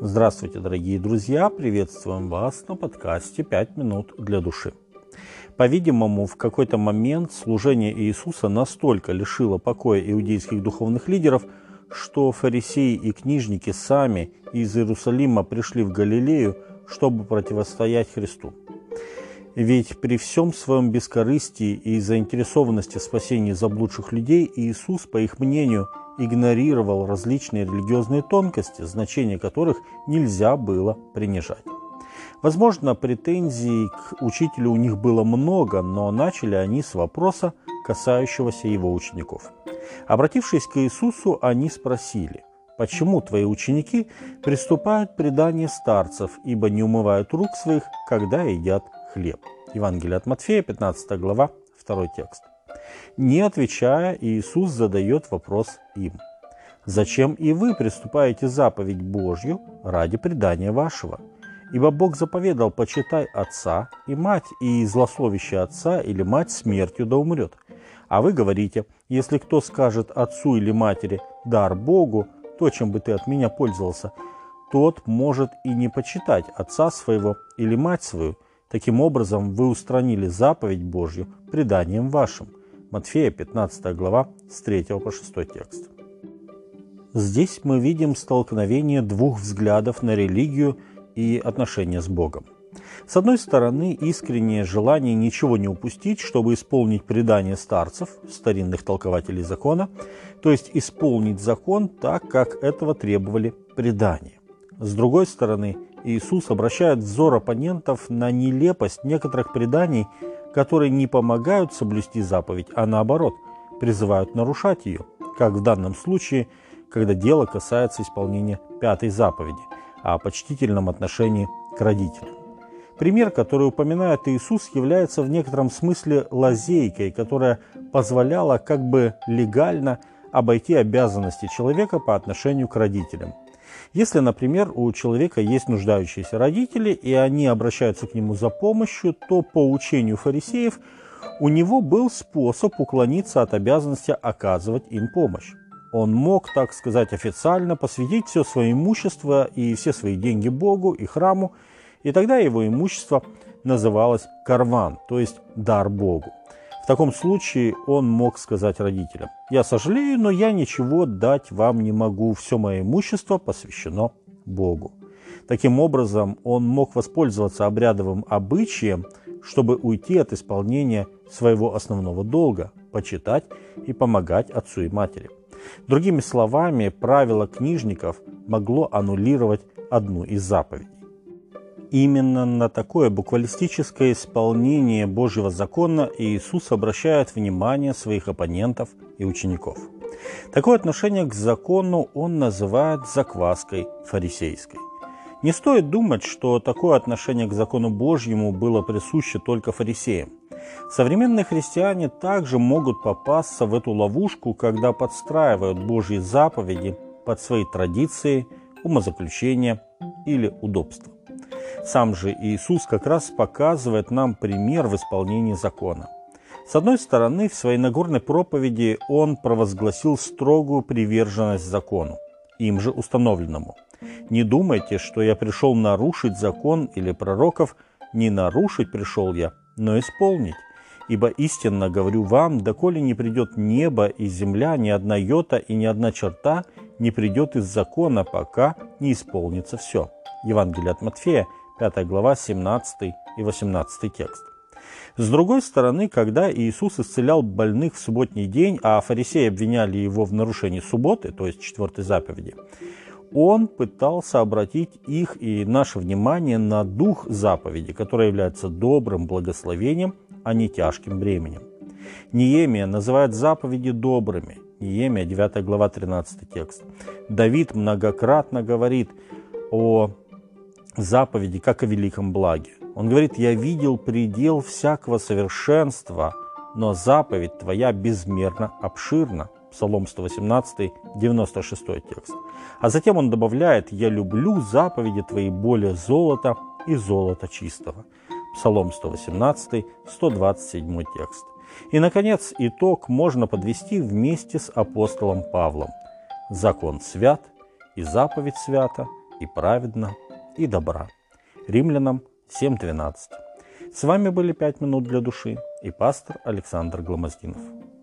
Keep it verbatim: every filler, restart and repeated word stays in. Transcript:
Здравствуйте, дорогие друзья! Приветствуем вас на подкасте «пять минут для души». По-видимому, в какой-то момент служение Иисуса настолько лишило покоя иудейских духовных лидеров, что фарисеи и книжники сами из Иерусалима пришли в Галилею, чтобы противостоять Христу. Ведь при всем своем бескорыстии и заинтересованности в спасении заблудших людей Иисус, по их мнению, игнорировал различные религиозные тонкости, значение которых нельзя было принижать. Возможно, претензий к учителю у них было много, но начали они с вопроса, касающегося его учеников. Обратившись к Иисусу, они спросили: «Почему твои ученики приступают к преданию старцев, ибо не умывают рук своих, когда едят хлеб?» Евангелие от Матфея, пятнадцатая глава, второй текст. Не отвечая, Иисус задает вопрос им: «Зачем и вы приступаете заповедь Божью ради предания вашего? Ибо Бог заповедал: почитай отца и мать, и злословящий отца или мать смертью да умрет. А вы говорите: если кто скажет отцу или матери: дар Богу, то, чем бы ты от меня пользовался, тот может и не почитать отца своего или мать свою. Таким образом, вы устранили заповедь Божью преданием вашим». Матфея, пятнадцатая глава, с третьего по шестой текст. Здесь мы видим столкновение двух взглядов на религию и отношения с Богом. С одной стороны, искреннее желание ничего не упустить, чтобы исполнить предание старцев, старинных толкователей закона, то есть исполнить закон так, как этого требовали предания. С другой стороны, Иисус обращает взор оппонентов на нелепость некоторых преданий, которые не помогают соблюсти заповедь, а наоборот, призывают нарушать ее, как в данном случае, когда дело касается исполнения пятой заповеди, о почтительном отношении к родителям. Пример, который упоминает Иисус, является в некотором смысле лазейкой, которая позволяла как бы легально обойти обязанности человека по отношению к родителям. Если, например, у человека есть нуждающиеся родители, и они обращаются к нему за помощью, то по учению фарисеев у него был способ уклониться от обязанности оказывать им помощь. Он мог, так сказать, официально посвятить все свое имущество и все свои деньги Богу и храму, и тогда его имущество называлось карван, то есть дар Богу. В таком случае он мог сказать родителям: «Я сожалею, но я ничего дать вам не могу, все мое имущество посвящено Богу». Таким образом, он мог воспользоваться обрядовым обычаем, чтобы уйти от исполнения своего основного долга – почитать и помогать отцу и матери. Другими словами, правило книжников могло аннулировать одну из заповедей. Именно на такое буквалистическое исполнение Божьего закона Иисус обращает внимание своих оппонентов и учеников. Такое отношение к закону он называет закваской фарисейской. Не стоит думать, что такое отношение к закону Божьему было присуще только фарисеям. Современные христиане также могут попасться в эту ловушку, когда подстраивают Божьи заповеди под свои традиции, умозаключения или удобства. Сам же Иисус как раз показывает нам пример в исполнении закона. С одной стороны, в своей Нагорной проповеди он провозгласил строгую приверженность закону, им же установленному. «Не думайте, что я пришел нарушить закон или пророков, не нарушить пришел я, но исполнить. Ибо истинно говорю вам, доколе не придет небо и земля, ни одна йота и ни одна черта не придет из закона, пока не исполнится все». Евангелие от Матфея, пятая глава, семнадцатый и восемнадцатый текст. С другой стороны, когда Иисус исцелял больных в субботний день, а фарисеи обвиняли его в нарушении субботы, то есть четвертой заповеди, он пытался обратить их и наше внимание на дух заповеди, который является добрым благословением, а не тяжким бременем. Неемия называет заповеди добрыми. Неемия, девятая глава, тринадцатый текст. Давид многократно говорит о заповеди как о великом благе. Он говорит: «Я видел предел всякого совершенства, но заповедь твоя безмерно обширна». Псалом сто восемнадцатый, девяносто шестой текст. А затем он добавляет: «Я люблю заповеди твои более золота и золота чистого». Псалом сто восемнадцатый, сто двадцать седьмой текст. И, наконец, итог можно подвести вместе с апостолом Павлом. Закон свят, и заповедь свята, и праведно, и добра». Римлянам семь двенадцать. С вами были «Пять минут для души» и пастор Александр Гломоздинов.